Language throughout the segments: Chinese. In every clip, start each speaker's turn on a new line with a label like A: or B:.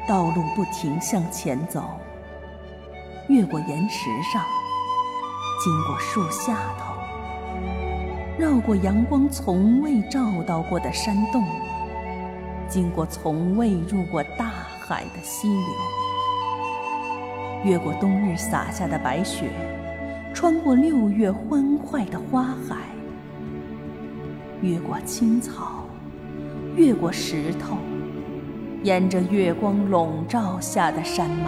A: 道路不停向前走，越过岩石上，经过树下头，绕过阳光从未照到过的山洞，经过从未入过大海的溪流，越过冬日洒下的白雪，穿过6月欢快的花海，越过青草，越过石头，沿着月光笼罩下的山脉。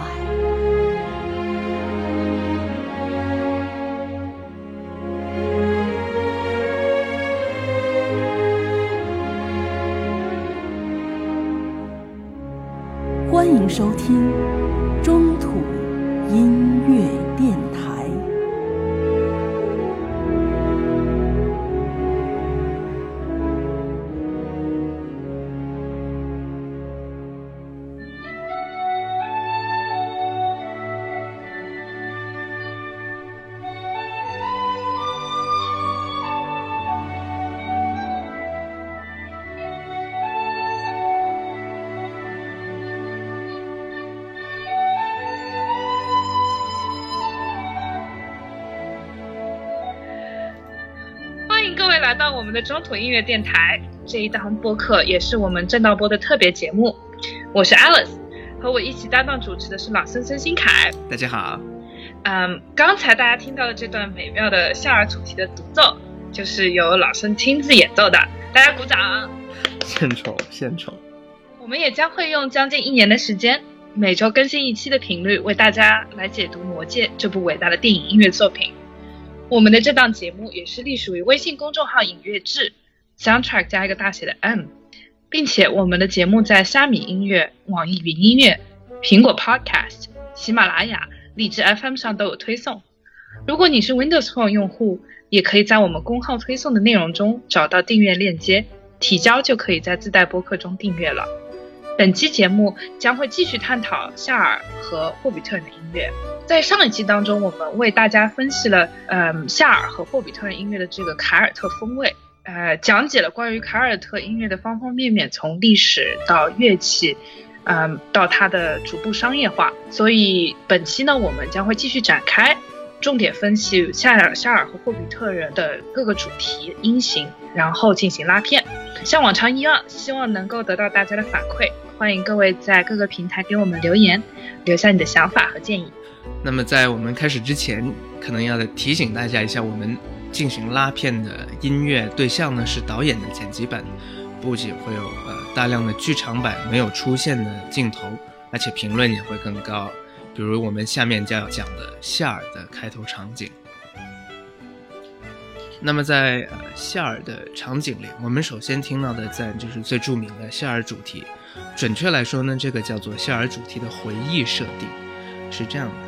A: 欢迎收听中土音乐电台。
B: 来到我们的中土音乐电台，这一档播客也是我们正道播的特别节目。我是 Alice， 和我一起搭档主持的是老森森新凯。
C: 大家好。
B: 刚才大家听到的这段美妙的夏尔主题的独奏，就是由老森亲自演奏的，大家鼓掌。
C: 献丑。
B: 我们也将会用将近1年的时间，每周更新1期的频率，为大家来解读《魔戒》这部伟大的电影音乐作品。我们的这档节目也是隶属于微信公众号影乐志 Soundtrack 加一个大写的 M， 并且我们的节目在虾米音乐、网易云音乐、苹果 Podcast、喜马拉雅、荔枝 FM 上都有推送。如果你是 Windows Phone 用户，也可以在我们公号推送的内容中找到订阅链接，提交就可以在自带播客中订阅了。本期节目将会继续探讨夏尔和霍比特人的音乐。在上一期当中，我们为大家分析了夏尔和霍比特人音乐的这个凯尔特风味，讲解了关于凯尔特音乐的方方面面，从历史到乐器，到它的逐步商业化。所以本期呢，我们将会继续展开，重点分析夏尔和霍比特人的各个主题音型，然后进行拉片。像往常一样，希望能够得到大家的反馈，欢迎各位在各个平台给我们留言，留下你的想法和建议。
C: 那么在我们开始之前，可能要提醒大家一下，我们进行拉片的音乐对象呢是导演的剪辑版，不仅会有大量的剧场版没有出现的镜头，而且评论也会更高，比如我们下面将要讲的夏尔的开头场景。那么在夏尔的场景里，我们首先听到的自然就是最著名的夏尔主题，准确来说呢，这个叫做夏尔主题的回忆设定是这样的。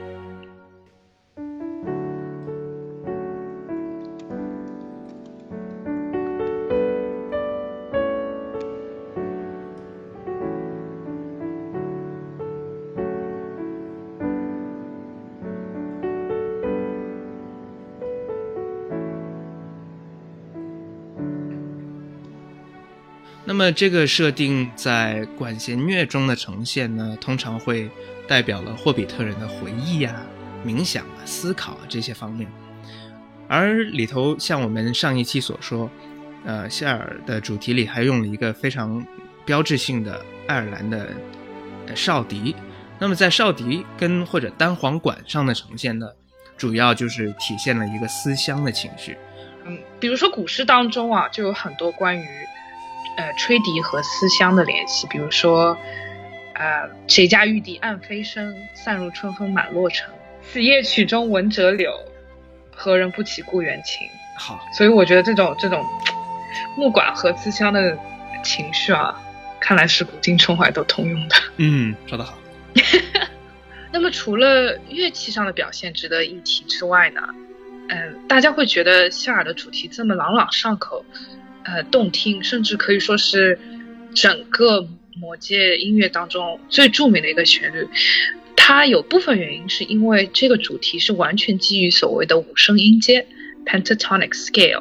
C: 那么这个设定在管弦乐中的呈现呢，通常会代表了霍比特人的回忆啊、冥想啊、思考啊这些方面。而里头像我们上一期所说，夏尔的主题里还用了一个非常标志性的爱尔兰的哨笛。那么在哨笛跟或者单簧管上的呈现呢，主要就是体现了一个思乡的情绪。
B: 比如说古诗当中啊，就有很多关于吹笛和思乡的联系，比如说谁家玉笛暗飞声，散入春风满洛城，此夜曲中闻折柳，何人不起故园情。
C: 好，
B: 所以我觉得这种木管和思乡的情绪啊，看来是古今中外都通用的。
C: 说得好。
B: 那么除了乐器上的表现值得一提之外呢，大家会觉得夏尔的主题这么朗朗上口，动听，甚至可以说是整个魔戒音乐当中最著名的一个旋律。它有部分原因是因为这个主题是完全基于所谓的五声音阶 pentatonic scale。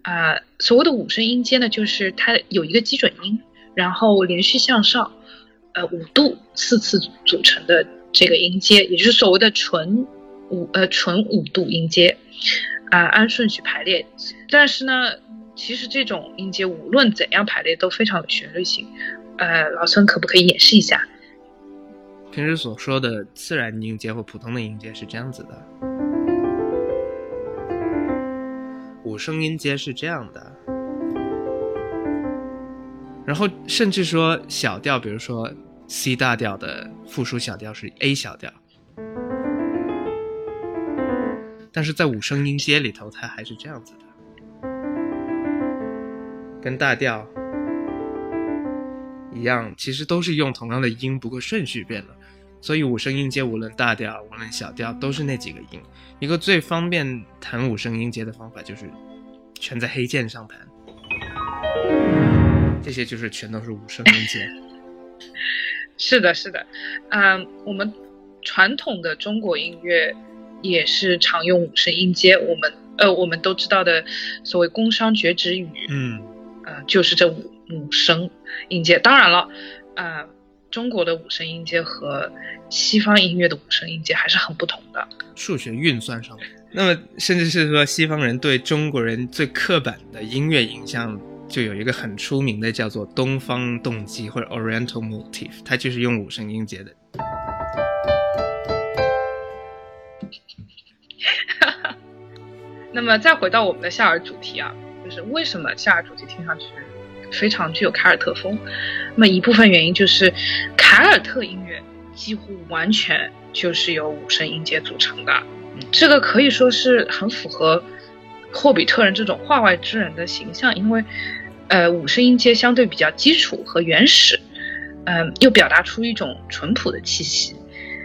B: 所谓的五声音阶呢，就是它有一个基准音，然后连续向上， 5度4次组成的这个音阶，也就是所谓的纯5度音阶按顺序排列。但是呢，其实这种音阶无论怎样排列都非常有旋律性。老孙可不可以演示一下？
C: 平时所说的自然音阶或普通的音阶是这样子的，五声音阶是这样的，然后甚至说小调，比如说 C 大调的复数小调是 A 小调，但是在五声音阶里头它还是这样子的，跟大调一样，其实都是用同样的音，不过顺序变了。所以五声音阶无论大调无论小调都是那几个音。一个最方便弹五声音阶的方法就是全在黑键上弹，这些就是全都是五声音阶。
B: 是的，是的，我们传统的中国音乐也是常用五声音阶。我们都知道的所谓宫商角徵羽，就是这五声音阶。当然了，中国的五声音阶和西方音乐的五声音阶还是很不同的。
C: 数学运算上面，那么甚至是说西方人对中国人最刻板的音乐印象，就有一个很出名的叫做东方动机或者 Oriental Motif， 它就是用五声音阶的。
B: 那么再回到我们的夏尔主题啊，就是为什么夏尔主题听上去非常具有凯尔特风？那么一部分原因就是凯尔特音乐几乎完全就是由五声音阶组成的，这个可以说是很符合霍比特人这种化外之人的形象，因为五声音阶相对比较基础和原始，又表达出一种淳朴的气息，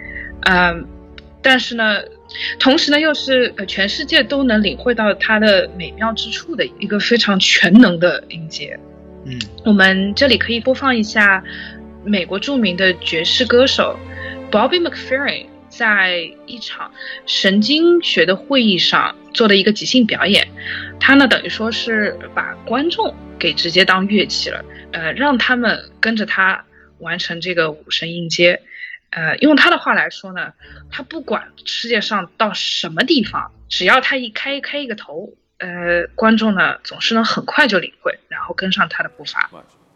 B: 但是呢同时呢又是全世界都能领会到它的美妙之处的一个非常全能的音阶。我们这里可以播放一下美国著名的爵士歌手 Bobby McFerrin 在一场神经学的会议上做的一个即兴表演。他呢等于说是把观众给直接当乐器了，让他们跟着他完成这个五声音阶。用他的话来说呢，他不管世界上到什么地方，只要他一开一个头，观众呢总是能很快就领会，然后跟上他的步伐。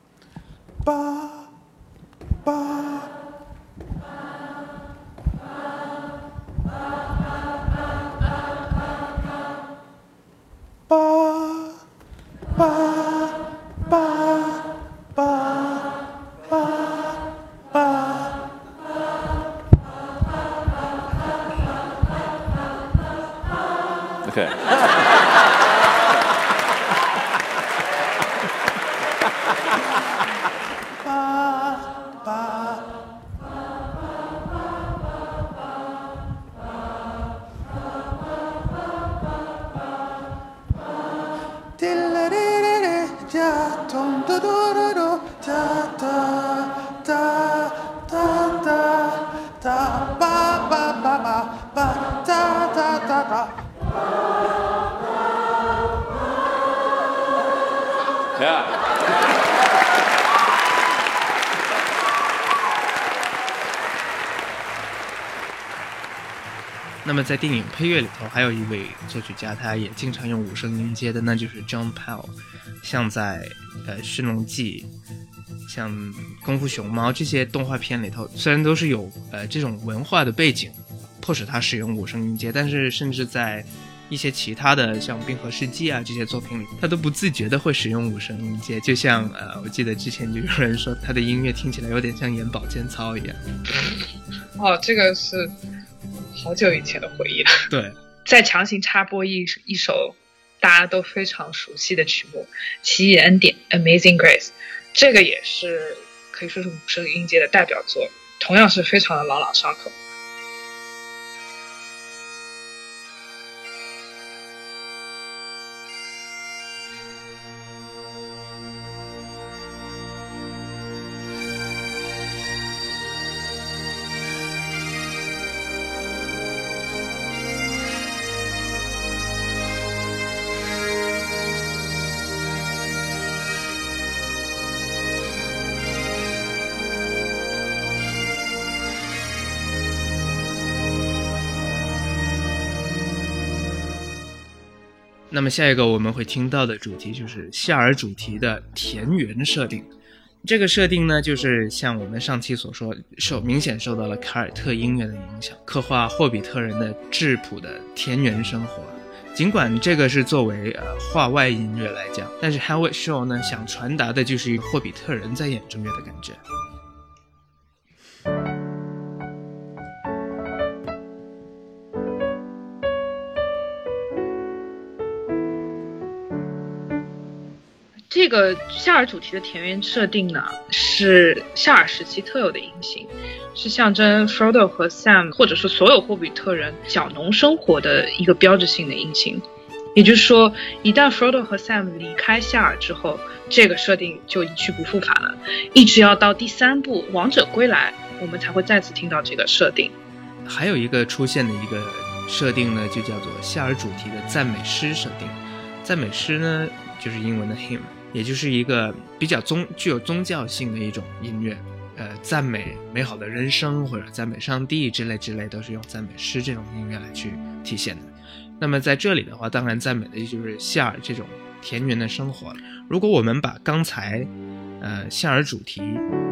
D: Okay. Yeah.
C: 那么在电影配乐里头还有一位作曲家，他也经常用五声音阶的，那就是 John Powell。 像在驯龙记像功夫熊猫这些动画片里头，虽然都是有这种文化的背景迫使他使用五声音阶，但是甚至在一些其他的像冰河世纪啊这些作品里，他都不自觉的会使用五声音阶。就像我记得之前就有人说他的音乐听起来有点像演保健操一样。
B: 这个是好久以前的回忆了。
C: 对，
B: 再强行插播一首大家都非常熟悉的曲目《奇异恩典》 Amazing Grace， 这个也是可以说是五声音阶的代表作，同样是非常的朗朗上口。
C: 那么下一个我们会听到的主题就是夏尔主题的田园设定。这个设定呢，就是像我们上期所说，明显受到了凯尔特音乐的影响，刻画霍比特人的质朴的田园生活。尽管这个是作为话外音乐来讲，但是 Howard Shore 呢想传达的就是一个霍比特人在演奏乐的感觉。
B: 这个夏尔主题的田园设定呢，是夏尔时期特有的音型，是象征 Frodo 和 Sam 或者说所有霍比特人小农生活的一个标志性的音型。也就是说，一旦 Frodo 和 Sam 离开夏尔之后，这个设定就一去不复返了，一直要到第3部王者归来，我们才会再次听到这个设定。
C: 还有一个出现的一个设定呢，就叫做夏尔主题的赞美诗设定。赞美诗呢，就是英文的 hymn， 也就是一个比较具有宗教性的一种音乐，赞美美好的人生或者赞美上帝之类都是用赞美诗这种音乐来去体现的。那么在这里的话，当然赞美的就是夏尔这种田园的生活。如果我们把刚才夏尔主题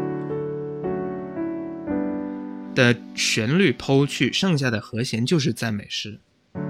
C: 的旋律剖去，剩下的和弦就是赞美诗。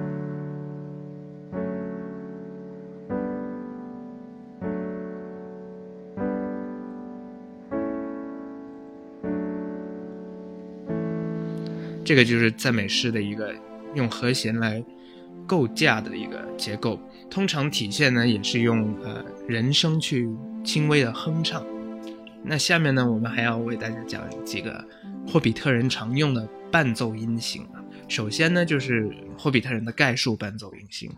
C: 这个就是赞美诗的一个用和弦来构架的一个结构，通常体现呢也是用人声去轻微的哼唱。那下面呢，我们还要为大家讲几个霍比特人常用的伴奏音型。首先呢，就是霍比特人的概述伴奏音型。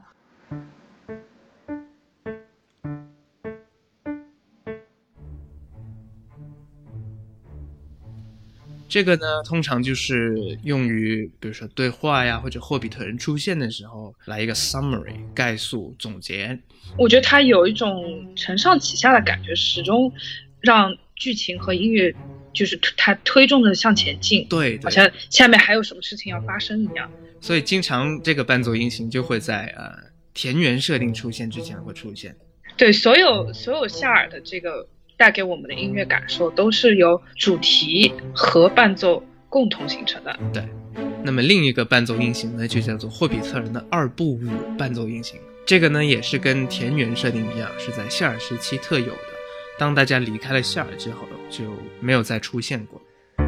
C: 这个呢，通常就是用于比如说对话呀，或者霍比特人出现的时候来一个 summary 概述总结。
B: 我觉得它有一种承上启下的感觉，始终让剧情和音乐就是它推动着向前进，
C: 对，
B: 好像下面还有什么事情要发生一样。
C: 所以经常这个伴奏音型就会在田园设定出现之前会出现。
B: 对，所有夏尔的这个带给我们的音乐感受都是由主题和伴奏共同形成的。
C: 对，那么另一个伴奏音型呢，就叫做霍比特人的2部舞伴奏音型。这个呢，也是跟田园设定一样，是在夏尔时期特有的。当大家离开了夏尔之后，就没有再出现过。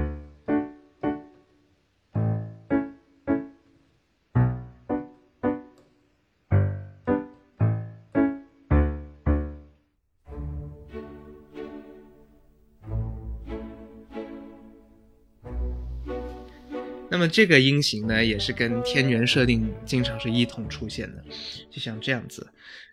C: 那么这个音型呢，也是跟田园设定经常是一同出现的，就像这样子，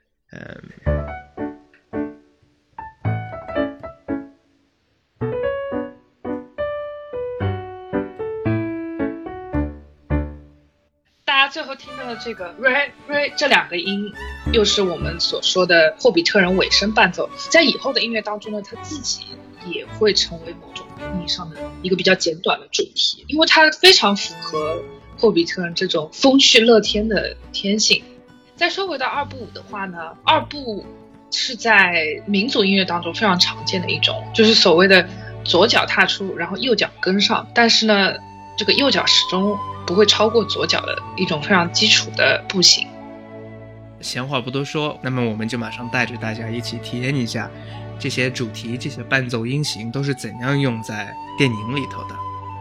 B: 大家最后听到的这个 re 这2个音，又是我们所说的霍比特人尾声伴奏，在以后的音乐当中呢，它自己也会成为某种意义上的一个比较简短的主题，因为它非常符合霍比特人这种风趣乐天的天性。再说回到2部舞的话呢，2部是在民族音乐当中非常常见的一种，就是所谓的左脚踏出，然后右脚跟上，但是呢，这个右脚始终不会超过左脚的一种非常基础的步行。
C: 闲话不多说，那么我们就马上带着大家一起体验一下这些主题、这些伴奏音型都是怎样用在电影里头的。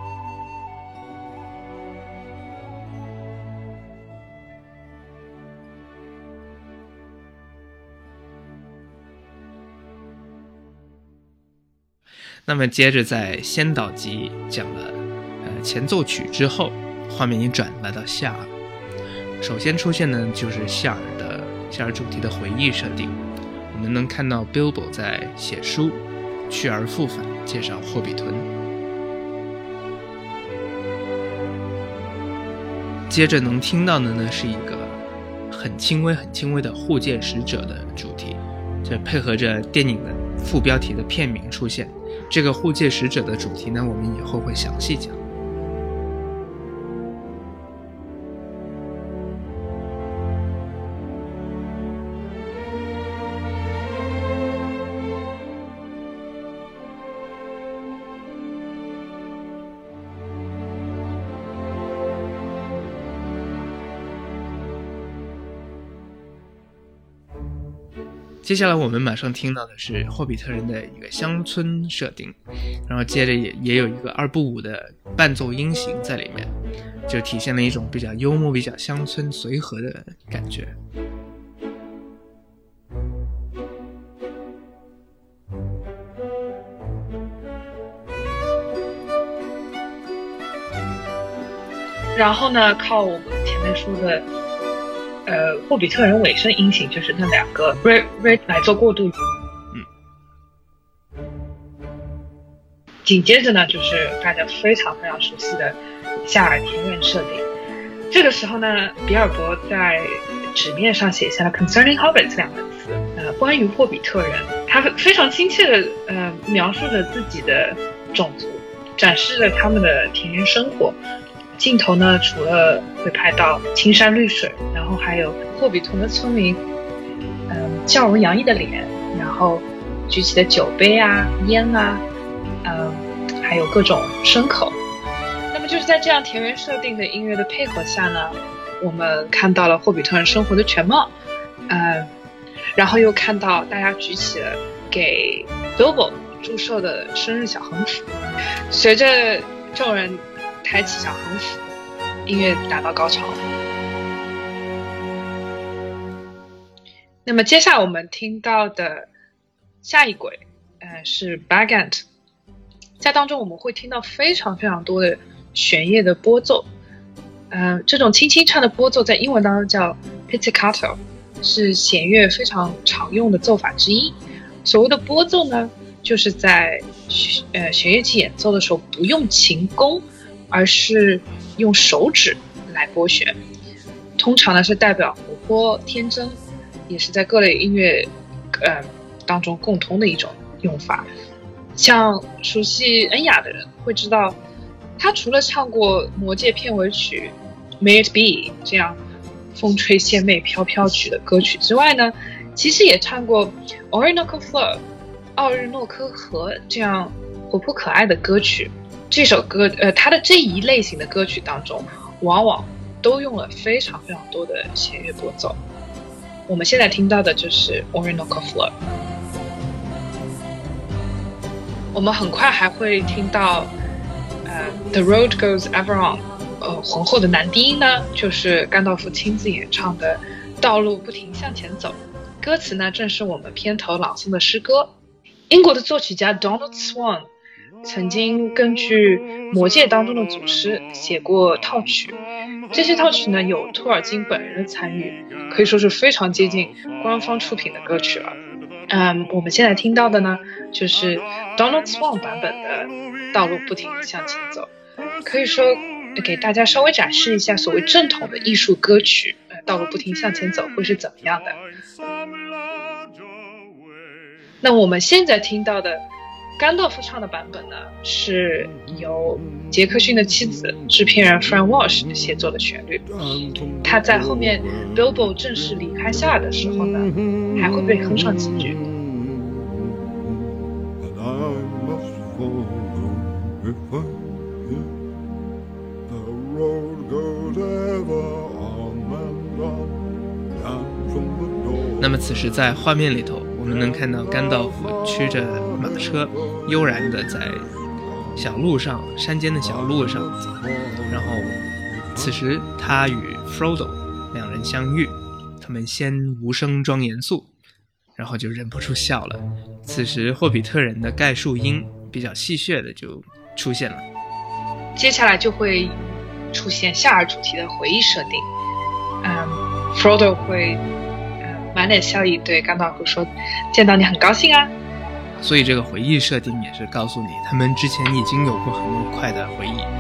C: 那么接着在先导集讲了前奏曲之后，画面一转来到夏尔。首先出现的就是夏尔主题的回忆设定。我们能看到 Bilbo 在写书，去而复返，介绍霍比屯。接着能听到的呢，是一个很轻微的护戒使者的主题，这配合着电影的副标题的片名出现。这个护戒使者的主题呢，我们以后会详细讲。 接下来我们马上听到的是霍比特人的一个乡村设定，然后接着也有一个2部舞的伴奏音型在里面，就体现了一种比较幽默、比较乡村随和的感觉。
B: 然后呢，靠我们前面说的霍比特人尾声音型，就是那2个 red 来做过渡。紧接着呢，就是大家非常非常熟悉的夏尔田园设定。这个时候呢，比尔博在纸面上写下了 concerning hobbits 2个字，关于霍比特人，他非常亲切的描述着自己的种族，展示着他们的田园生活。镜头呢，除了会拍到青山绿水，然后还有霍比特的村民，笑容洋溢的脸，然后举起的酒杯啊、烟啊，还有各种牲口。那么就是在这样田园设定的音乐的配合下呢，我们看到了霍比特人生活的全貌，然后又看到大家举起了给 Bilbo 祝寿的生日小横幅，随着众人抬起小横幅，音乐达到高潮。那么接下来我们听到的下一轨是 Bagant， 在当中我们会听到非常非常多的弦乐的拨奏，这种轻轻唱的拨奏在英文当中叫 pizzicato， 是弦乐非常常用的奏法之一。所谓的拨奏呢，就是在弦乐器演奏的时候不用琴弓，而是用手指来拨弦，通常呢是代表活泼天真，也是在各类音乐当中共通的一种用法。像熟悉恩雅的人会知道，他除了唱过《魔戒》片尾曲 May It Be 这样风吹仙袂飘飘曲的歌曲之外呢，其实也唱过 Orinoco Flow 奥日诺科河这样活泼可爱的歌曲。这首歌他的这一类型的歌曲当中往往都用了非常非常多的弦乐拨奏。我们现在听到的就是 Orinoco Flow。 我们很快还会听到The Road Goes Ever On， 浑厚的男低音呢就是甘道夫亲自演唱的道路不停向前走，歌词呢正是我们片头朗诵的诗歌。英国的作曲家 Donald Swann 曾经根据魔戒当中的祖诗写过套曲，这些套曲呢有托尔金本人的参与，可以说是非常接近官方出品的歌曲了。我们现在听到的呢就是 Donald Swann 版本的道路不停向前走，可以说给大家稍微展示一下所谓正统的艺术歌曲道路不停向前走会是怎么样的。那我们现在听到的甘道夫唱的版本呢，是由杰克逊的妻子制片人 Fran Walsh 写作的旋律。他在后面 Bilbo 正式离开夏尔的时候呢，还会被哼上几句。
C: 那么此时在画面里头，我们能看到甘道夫驱着马车悠然地在小路上，山间的小路上走，然后此时他与 Frodo 两人相遇，他们先无声装严肃，然后就忍不住笑了。此时霍比特人的概述音比较戏谑的就出现了，
B: 接下来就会出现夏尔主题的回忆设定。Frodo 会满脸笑意对甘道夫说，见到你很高兴啊。
C: 所以这个回忆设定也是告诉你他们之前已经有过很愉快的回忆。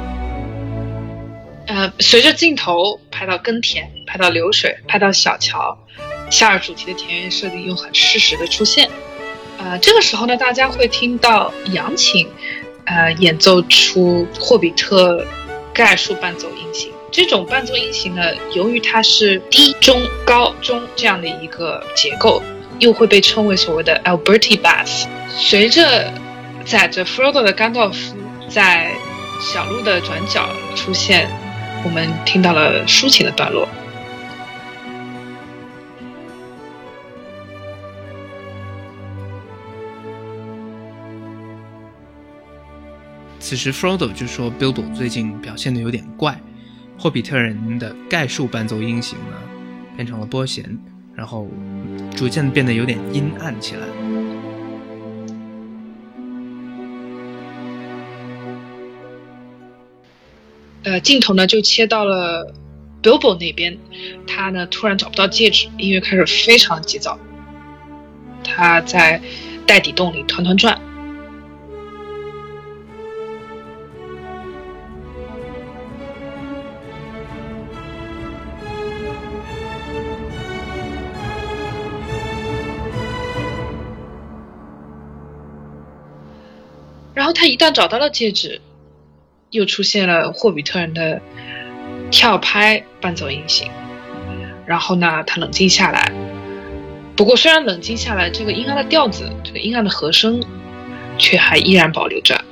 B: 随着镜头拍到耕田，拍到流水，拍到小桥，夏尔主题的田园设定又很适时的出现。这个时候呢，大家会听到扬琴演奏出霍比特概述伴奏音型。这种伴奏音型呢，由于它是低中高中这样的一个结构，又会被称为所谓的 Alberti Bass。 随着载着 Frodo 的甘道夫在小路的转角出现，我们听到了抒情的段落。
C: 此时 Frodo 就说 Bilbo 最近表现得有点怪，霍比特人的概述伴奏音型呢变成了拨弦，然后逐渐变得有点阴暗起来。
B: 镜头呢就切到了 Bilbo 那边，他呢突然找不到戒指，音乐开始非常急躁，他在袋底洞里团团转。然后他一旦找到了戒指，又出现了霍比特人的跳拍伴奏音型。然后呢，他冷静下来。不过虽然冷静下来，这个阴暗的调子，这个阴暗的和声，却还依然保留着。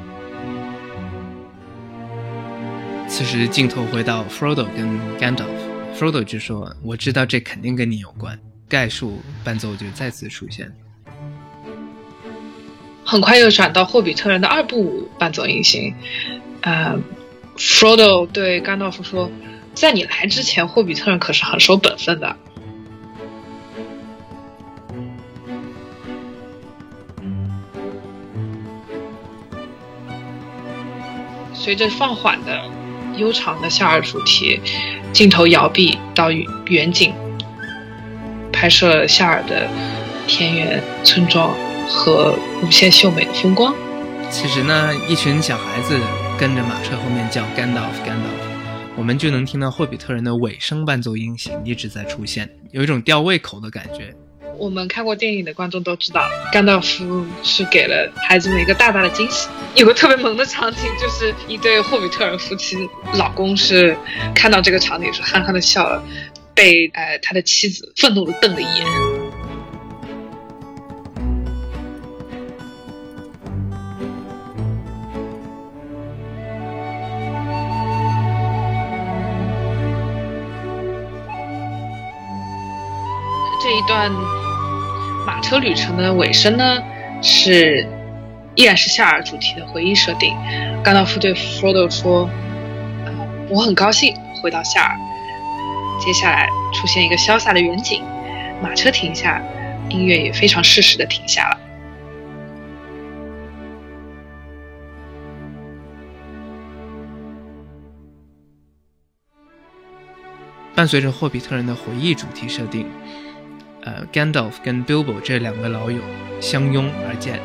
C: 此时镜头回到 Frodo 跟 Gandalf，Frodo 就说：“我知道这肯定跟你有关。”概述伴奏就再次出现。
B: 很快又转到霍比特人的2部舞伴奏音型。Frodo 对甘道夫说：“在你来之前，霍比特人可是很守本分的。”随着放缓的悠长的夏尔主题，镜头摇臂到远景，拍摄夏尔的田园、村庄和无限秀美的风光。
C: 此时呢，一群小孩子跟着马车后面叫 Gandalf， 我们就能听到霍比特人的尾声伴奏音型一直在出现，有一种吊胃口的感觉。
B: 我们看过电影的观众都知道，甘道夫是给了孩子们一个大大的惊喜。有个特别萌的场景，就是一对霍比特人夫妻，老公是看到这个场景是憨憨的笑了，被他的妻子愤怒的瞪了一眼。这一段马车旅程的尾声呢，依然是夏尔主题的回忆设定。甘道夫对 Frodo 说：“我很高兴回到夏尔。”接下来出现一个潇洒的远景，马车停下，音乐也非常适时的停下了。
C: 伴随着霍比特人的回忆主题设定，Gandalf 跟 Bilbo 这2个老友相拥而见。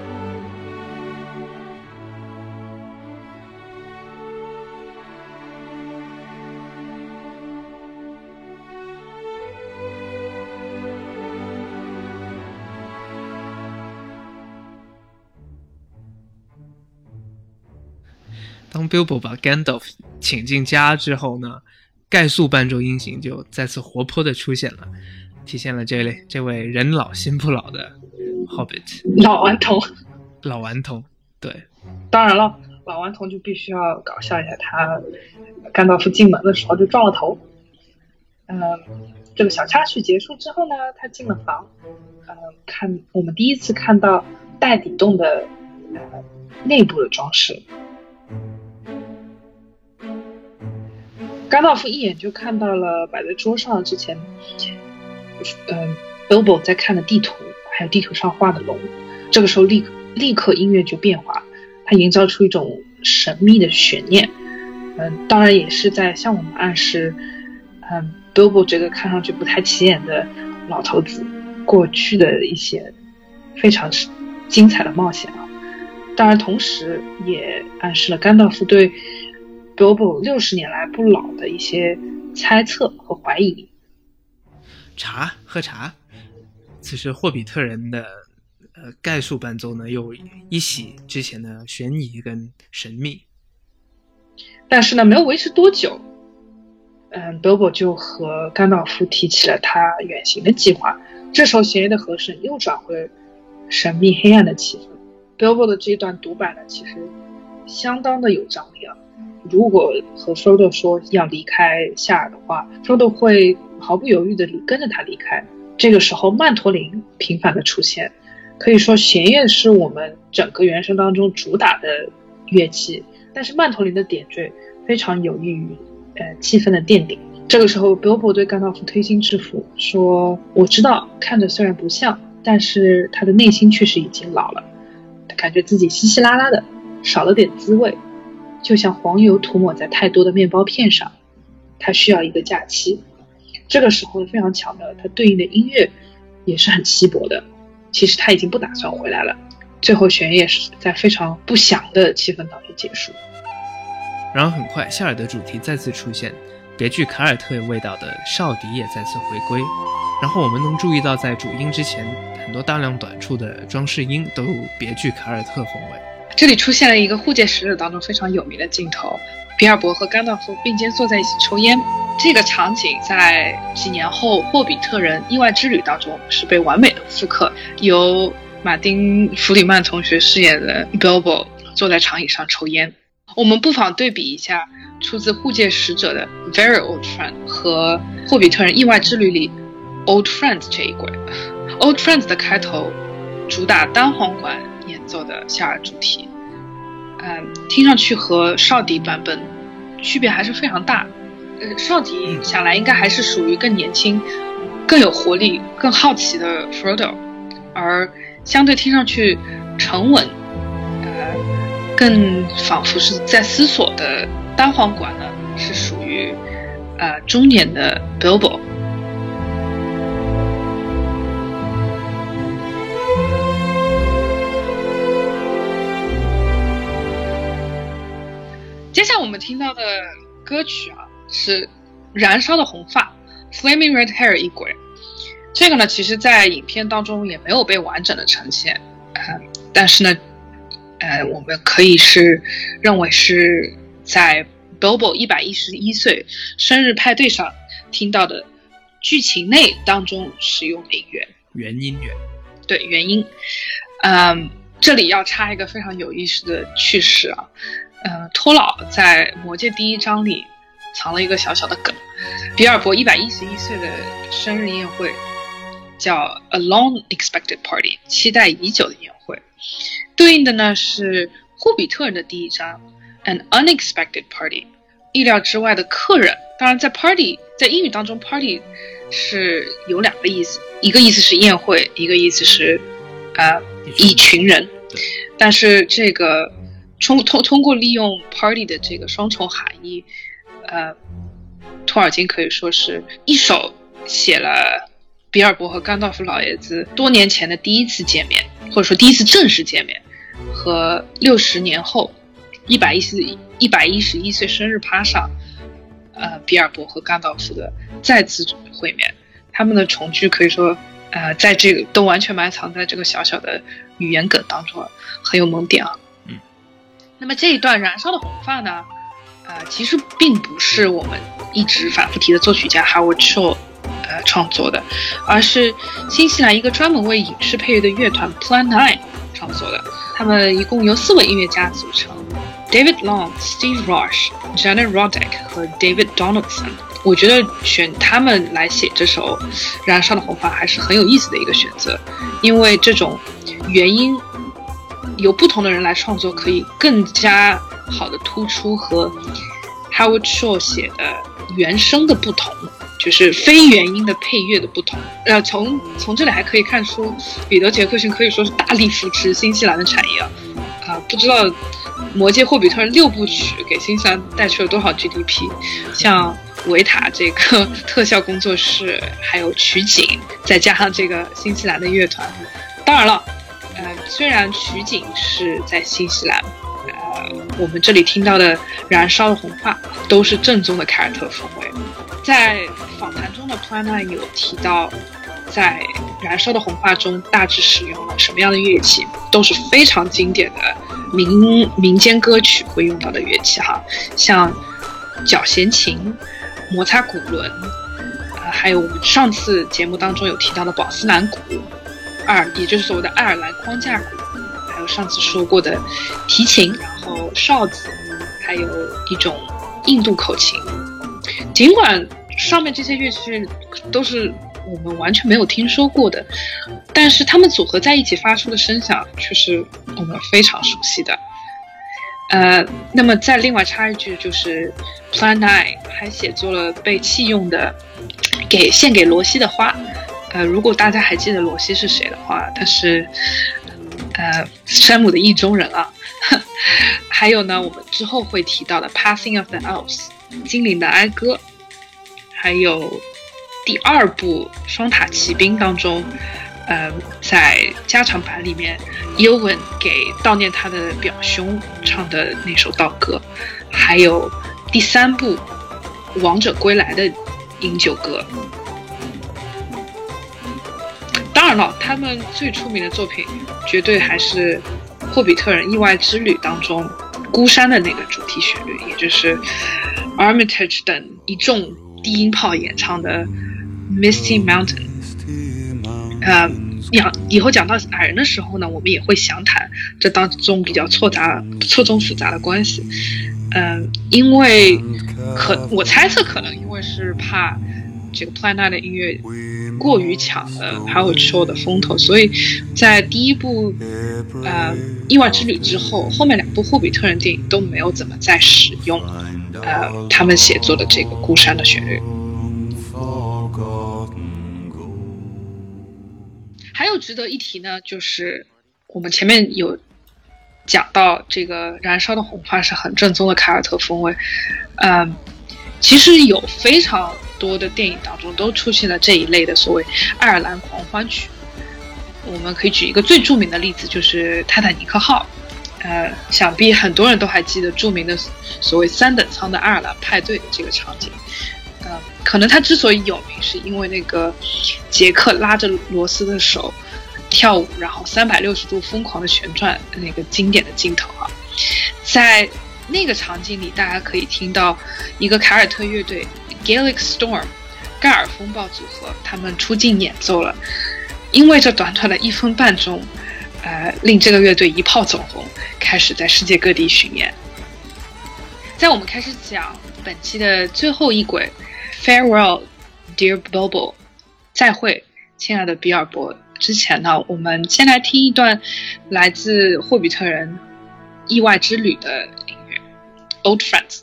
C: 当 Bilbo 把 Gandalf 请进家之后呢，概述伴奏音型就再次活泼的出现了，体现了这位人老心不老的 Hobbit
B: 老顽童。对，当然了，老顽童就必须要搞笑一下，他甘道夫进门的时候就撞了头。这个小插曲结束之后呢，他进了房，我们第一次看到袋底洞的内部的装饰。甘道夫一眼就看到了摆在桌上之前Bilbo 在看的地图，还有地图上画的龙。这个时候立刻音乐就变化，它营造出一种神秘的悬念。当然也是在向我们暗示Bilbo 这个看上去不太起眼的老头子过去的一些非常精彩的冒险啊。当然同时也暗示了甘道夫对Bilbo 60年来不老的一些猜测和怀疑。
C: 喝茶。此时霍比特人的概述伴奏呢，又一洗之前的悬疑跟神秘。
B: 但是呢，没有维持多久，Bilbo 就和甘道夫提起了他远行的计划。这时候弦乐的和声又转回神秘黑暗的气氛。Bilbo 的这段独白呢，其实相当的有张力啊。如果和 Frodo 说要离开夏尔的话， Frodo 会毫不犹豫地跟着他离开。这个时候曼陀林频繁的出现，可以说弦乐是我们整个原声当中主打的乐器，但是曼陀林的点缀非常有益于气氛的垫底。这个时候 Bilbo 对甘道夫推心置腹说，我知道看着虽然不像，但是他的内心确实已经老了，他感觉自己稀稀拉拉的，少了点滋味，就像黄油涂抹在太多的面包片上，他需要一个假期。这个时候非常巧妙，他对应的音乐也是很稀薄的，其实他已经不打算回来了。最后弦乐是在非常不祥的气氛当中结束。
C: 然后很快夏尔的主题再次出现，别具凯尔特味道的哨笛也再次回归，然后我们能注意到在主音之前很多大量短处的装饰音都别具凯尔特风味。
B: 这里出现了一个护戒使者当中非常有名的镜头，比尔博和甘道夫并肩坐在一起抽烟。这个场景在几年后霍比特人意外之旅当中是被完美的复刻，由马丁·弗里曼同学饰演的 Bilbo 坐在长椅上抽烟。我们不妨对比一下出自护戒使者的 Very Old Friend 和霍比特人意外之旅里 Old Friend 这一轨。 Old Friend 的开头主打单簧管演奏的夏尔主题，听上去和哨笛版本区别还是非常大。哨笛想来应该还是属于更年轻、更有活力、更好奇的 Frodo， 而相对听上去沉稳，更仿佛是在思索的单簧管呢，是属于中年的 Bilbo。接下来我们听到的歌曲啊，是燃烧的红发 Flaming Red Hair 一轨。这个呢其实在影片当中也没有被完整的呈现，但是呢我们可以是认为是在 Bilbo 111岁生日派对上听到的剧情内当中使用的音乐，
C: 原音乐。
B: 对，原音。这里要插一个非常有意思的趣事啊，托老在魔戒第1章里藏了一个小小的梗，比尔博111岁的生日宴会叫 A Long Expected Party， 期待已久的宴会，对应的呢是霍比特人的第1章 An Unexpected Party， 意料之外的客人。当然在 party 在英语当中 party 是有两个意思，一个意思是宴会，一个意思是一群人。但是这个通过利用 party 的这个双重含义，托尔金可以说是一手写了比尔博和甘道夫老爷子多年前的第一次见面，或者说第一次正式见面，和60年后111岁生日趴上比尔博和甘道夫的再次会面。他们的重聚可以说在这个都完全埋藏在这个小小的语言梗当中，很有萌点啊。那么这一段燃烧的红发呢，其实并不是我们一直反复提的作曲家 Howard Shore 创作的，而是新西兰一个专门为影视配乐的乐团 Plan 9 创作的。他们一共由4位音乐家组成， David Long、Steve Roche、Janet Roddick 和 David Donaldson。我觉得选他们来写这首燃烧的红发还是很有意思的一个选择，因为这种原因由不同的人来创作，可以更加好的突出和 Howard Shore 写的原声的不同，就是非原音的配乐的不同。从这里还可以看出彼得·杰克逊可以说是大力扶持新西兰的产业不知道魔戒霍比特人6部曲给新西兰带去了多少 GDP， 像维塔这个特效工作室，还有取景，再加上这个新西兰的乐团。当然了虽然取景是在新西兰，我们这里听到的燃烧的红发都是正宗的凯尔特风味。在访谈中的 Plan 9有提到，在燃烧的红发中大致使用了什么样的乐器，都是非常经典的民间歌曲会用到的乐器像角弦琴、摩擦鼓轮，还有我们上次节目当中有提到的宝斯南鼓，也就是所谓的爱尔兰框架鼓，还有上次说过的提琴，然后哨子，还有一种印度口琴。尽管上面这些乐器都是我们完全没有听说过的，但是它们组合在一起发出的声响却是我们非常熟悉的。 那么再另外插一句，就是 Plan 9还写作了被弃用的献给罗西的花。如果大家还记得罗西是谁的话，他是山姆的意中人啊。还有呢，我们之后会提到的 Passing of the Elves 精灵的哀歌，还有第2部双塔奇兵当中在加长版里面 Eowyn 给悼念他的表兄唱的那首悼歌，还有第3部王者归来的饮酒歌。当然了，他们最出名的作品绝对还是霍比特人意外之旅当中孤山的那个主题旋律，也就是 Armitage 等一众低音炮演唱的 Misty Mountain。以后讲到矮人的时候呢，我们也会详谈这当中比较错综复杂的关系。因为我猜测可能因为是怕这个 Plan 9的音乐过于抢了 Howard Shore 的风头，所以在第1部意外之旅之后，后面2部霍比特人电影都没有怎么再使用他们写作的这个孤山的旋律。还有值得一提呢，就是我们前面有讲到这个燃烧的红花是很正宗的凯尔特风味，其实有非常多的电影当中都出现了这一类的所谓爱尔兰狂欢曲。我们可以举一个最著名的例子，就是泰坦尼克号。想必很多人都还记得著名的所谓3等舱的爱尔兰派对的这个场景。可能他之所以有名，是因为那个杰克拉着罗斯的手跳舞，然后360度疯狂的旋转那个经典的镜头啊。在那个场景里，大家可以听到一个凯尔特乐队 Gaelic Storm 盖尔风暴组合他们出镜演奏了。因为这短短的1分半钟，令这个乐队一炮走红，开始在世界各地巡演。在我们开始讲本期的最后一轨 Farewell Dear Bilbo 再会亲爱的比尔博之前呢，我们先来听一段来自霍比特人意外之旅的音乐 Old Friends。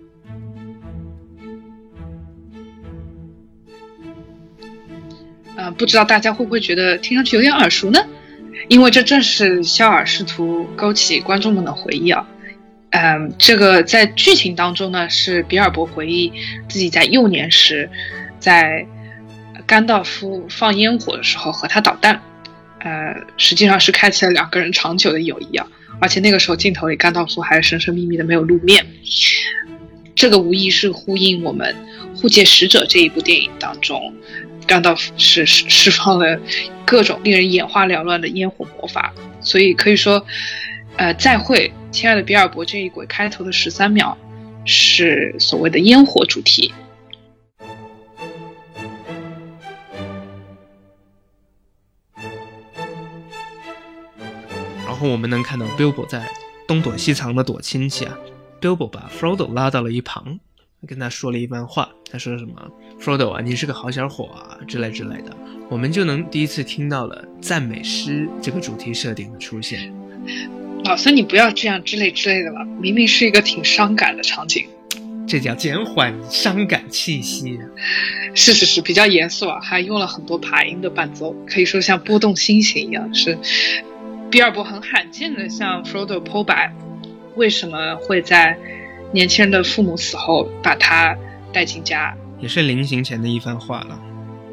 B: 不知道大家会不会觉得听上去有点耳熟呢？因为这正是肖尔试图勾起观众们的回忆啊。这个在剧情当中呢，是比尔博回忆自己在幼年时在甘道夫放烟火的时候和他捣蛋，实际上是开启了2个人长久的友谊啊。而且那个时候镜头里甘道夫还神神秘秘的没有露面。这个无疑是呼应我们护戒使者这一部电影当中甘道夫是释放了各种令人眼花缭乱的烟火魔法。所以可以说再会亲爱的比尔博这一轨开头的13秒是所谓的烟火主题。
C: 然后我们能看到 Bilbo 在东躲西藏的躲亲戚啊。Bilbo 把 Frodo 拉到了一旁，跟他说了一番话。他说什么 Frodo 啊，你是个好小伙啊之类之类的。我们就能第一次听到了赞美诗这个主题设定的出现。
B: 老孙你不要这样之类之类的了，明明是一个挺伤感的场景。
C: 这叫减缓伤感气息啊。
B: 是比较严肃啊，还用了很多爬音的伴奏，可以说像拨动心弦一样。是比尔博很罕见的向 Frodo 剖白为什么会在年轻人的父母死后把他带进家，
C: 也是临行前的一番话了。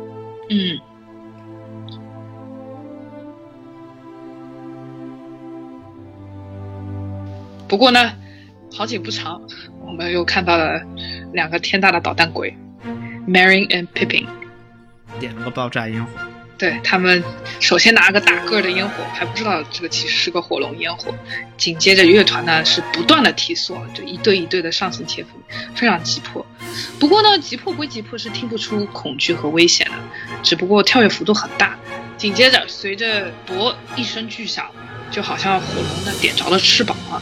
B: 不过呢好景不长，我们又看到了2个天大的捣蛋鬼 Merry and Pippin
C: 点了个爆炸烟火。
B: 对，他们首先拿个大个的烟火，还不知道这个其实是个火龙烟火。紧接着乐团呢是不断的提速，就一对一对的上行切腹，非常急迫。不过呢急迫归急迫，是听不出恐惧和危险的，只不过跳跃幅度很大。紧接着随着博一声巨响，就好像火龙呢点着了翅膀啊。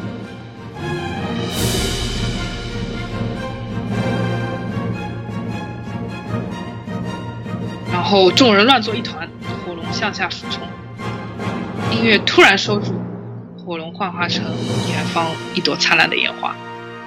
B: 然后众人乱作一团，火龙向下俯冲，音乐突然收住， 火龙幻化成远方一朵灿烂的烟花。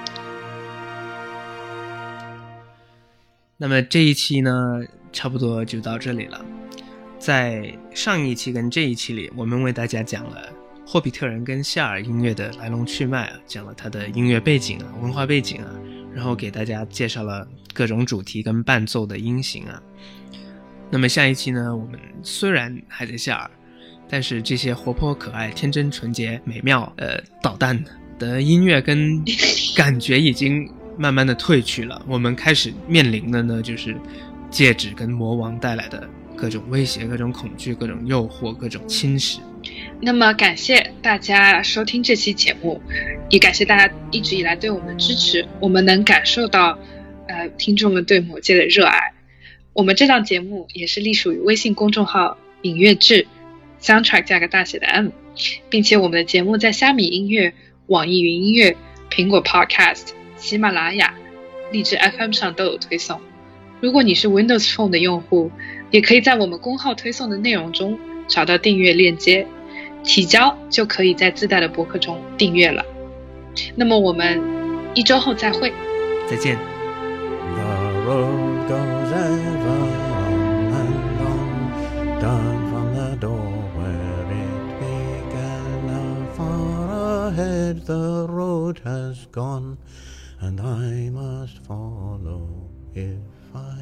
C: 那么这一期呢，差不多就到这里了。在上一期跟这一期里，我们为大家讲了霍比特人跟夏尔音乐的来龙去脉啊，讲了它的音乐背景啊、文化背景啊，然后给大家介绍了各种主题跟伴奏的音型啊。那么下一期呢，我们虽然还在夏尔，但是这些活泼可爱、天真纯洁、美妙、捣蛋的音乐跟感觉已经慢慢的褪去了。我们开始面临的呢，就是戒指跟魔王带来的各种威胁、各种恐惧、各种诱惑、各种侵蚀。
B: 那么感谢大家收听这期节目，也感谢大家一直以来对我们的支持。我们能感受到听众们对魔戒的热爱。我们这档节目也是隶属于微信公众号影乐志 Soundtrack 加个大写的 M， 并且我们的节目在虾米音乐、网易云音乐、苹果 Podcast、喜马拉雅、荔枝 FM 上都有推送。如果你是 Windows Phone 的用户，也可以在我们公号推送的内容中找到订阅链接，提交就可以在自带的博客中订阅了。那么我们1周后再会，
C: 再见。
D: The road goes ever on and on, down from the door where it began. Now far ahead the road has gone, and I must follow if I